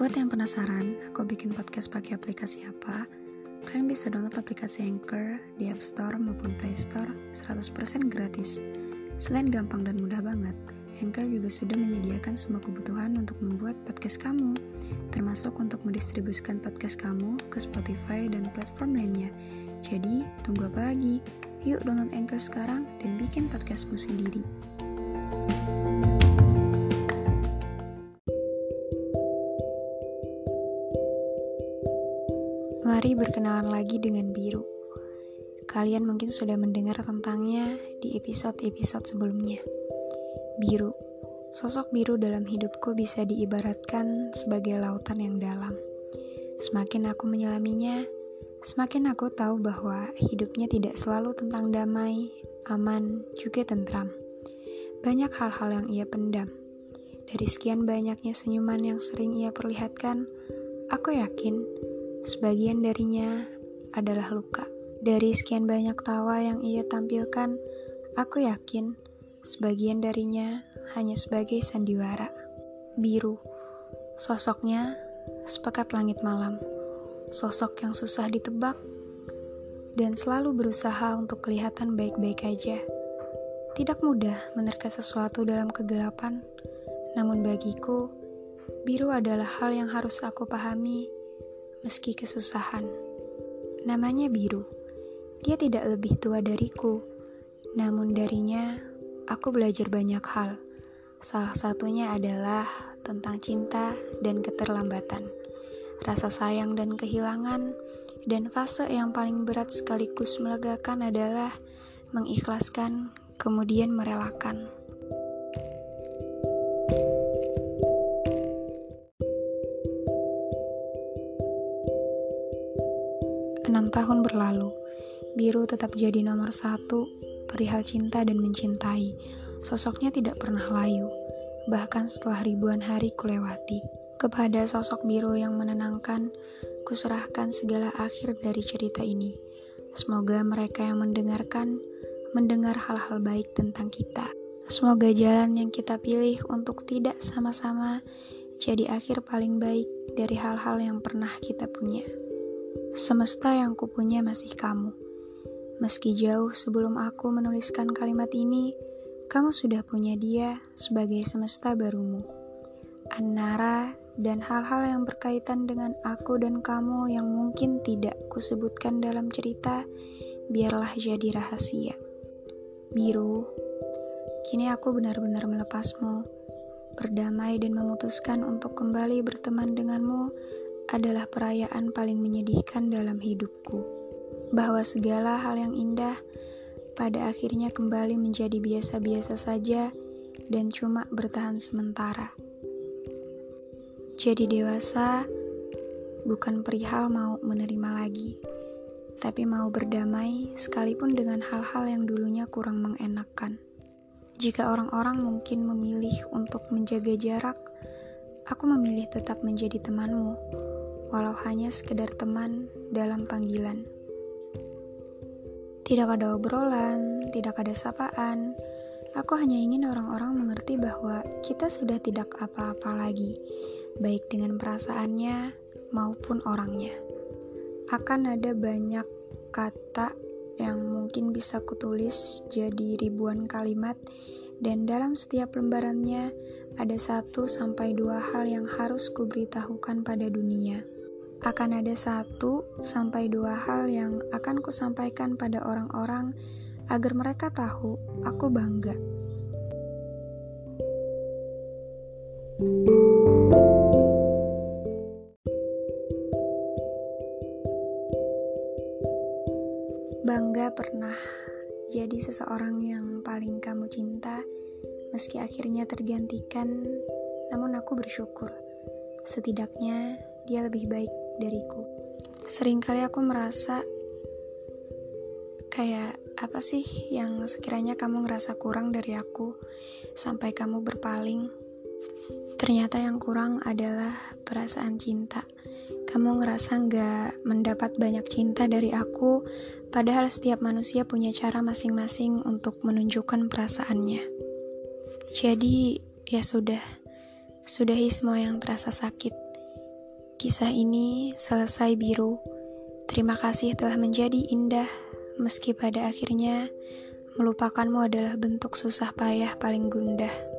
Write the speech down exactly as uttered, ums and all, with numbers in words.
Buat yang penasaran, aku bikin podcast pakai aplikasi apa? Kalian bisa download aplikasi Anchor di App Store maupun Play Store seratus persen gratis. Selain gampang dan mudah banget, Anchor juga sudah menyediakan semua kebutuhan untuk membuat podcast kamu, termasuk untuk mendistribusikan podcast kamu ke Spotify dan platform lainnya. Jadi, tunggu apa lagi? Yuk download Anchor sekarang dan bikin podcastmu sendiri. Mari berkenalan lagi dengan biru. Kalian mungkin sudah mendengar tentangnya di episode-episode sebelumnya. Biru, sosok biru dalam hidupku bisa diibaratkan sebagai lautan yang dalam. Semakin aku menyelaminya, semakin aku tahu bahwa hidupnya tidak selalu tentang damai, aman, juga tentram. Banyak hal-hal yang ia pendam. Dari sekian banyaknya senyuman yang sering ia perlihatkan, aku yakin sebagian darinya adalah luka. Dari sekian banyak tawa yang ia tampilkan, aku yakin sebagian darinya hanya sebagai sandiwara. Biru, sosoknya sepekat langit malam. Sosok yang susah ditebak dan selalu berusaha untuk kelihatan baik-baik aja. Tidak mudah menerka sesuatu dalam kegelapan, namun bagiku, biru adalah hal yang harus aku pahami meski kesusahan. Namanya biru. Dia tidak lebih tua dariku, namun darinya aku belajar banyak hal. Salah satunya adalah tentang cinta dan keterlambatan, rasa sayang dan kehilangan, dan fase yang paling berat sekaligus melegakan adalah mengikhlaskan, kemudian merelakan. Enam tahun berlalu, biru tetap jadi nomor satu perihal cinta dan mencintai. Sosoknya tidak pernah layu, bahkan setelah ribuan hari kulewati. Kepada sosok biru yang menenangkan, kuserahkan segala akhir dari cerita ini. Semoga mereka yang mendengarkan, mendengar hal-hal baik tentang kita. Semoga jalan yang kita pilih untuk tidak sama-sama jadi akhir paling baik dari hal-hal yang pernah kita punya. Semesta yang kupunya masih kamu. Meski jauh sebelum aku menuliskan kalimat ini, kamu sudah punya dia sebagai semesta barumu. Anara dan hal-hal yang berkaitan dengan aku dan kamu yang mungkin tidak kusebutkan dalam cerita, biarlah jadi rahasia. Biru, kini aku benar-benar melepasmu, berdamai dan memutuskan untuk kembali berteman denganmu adalah perayaan paling menyedihkan dalam hidupku. Bahwa segala hal yang indah pada akhirnya kembali menjadi biasa-biasa saja dan cuma bertahan sementara. Jadi dewasa bukan perihal mau menerima lagi, tapi mau berdamai sekalipun dengan hal-hal yang dulunya kurang mengenakan. Jika orang-orang mungkin memilih untuk menjaga jarak, aku memilih tetap menjadi temanmu, walau hanya sekedar teman dalam panggilan. Tidak ada obrolan, tidak ada sapaan. Aku hanya ingin orang-orang mengerti bahwa kita sudah tidak apa-apa lagi, baik dengan perasaannya maupun orangnya. Akan ada banyak kata yang mungkin bisa kutulis jadi ribuan kalimat, dan dalam setiap lembarannya ada satu sampai dua hal yang harus kuberitahukan pada dunia. Akan ada satu sampai dua hal yang akan kusampaikan pada orang-orang agar mereka tahu aku bangga. Bangga pernah jadi seseorang yang paling kamu cinta, meski akhirnya tergantikan, namun aku bersyukur. Setidaknya dia lebih baik dariku. Seringkali aku merasa kayak apa sih yang sekiranya kamu ngerasa kurang dari aku sampai kamu berpaling. Ternyata yang kurang adalah perasaan cinta. Kamu ngerasa gak mendapat banyak cinta dari aku, padahal setiap manusia punya cara masing-masing untuk menunjukkan perasaannya. Jadi ya sudah, sudahi semua yang terasa sakit. Kisah ini selesai biru. Terima kasih telah menjadi indah, meski pada akhirnya melupakanmu adalah bentuk susah payah paling gundah.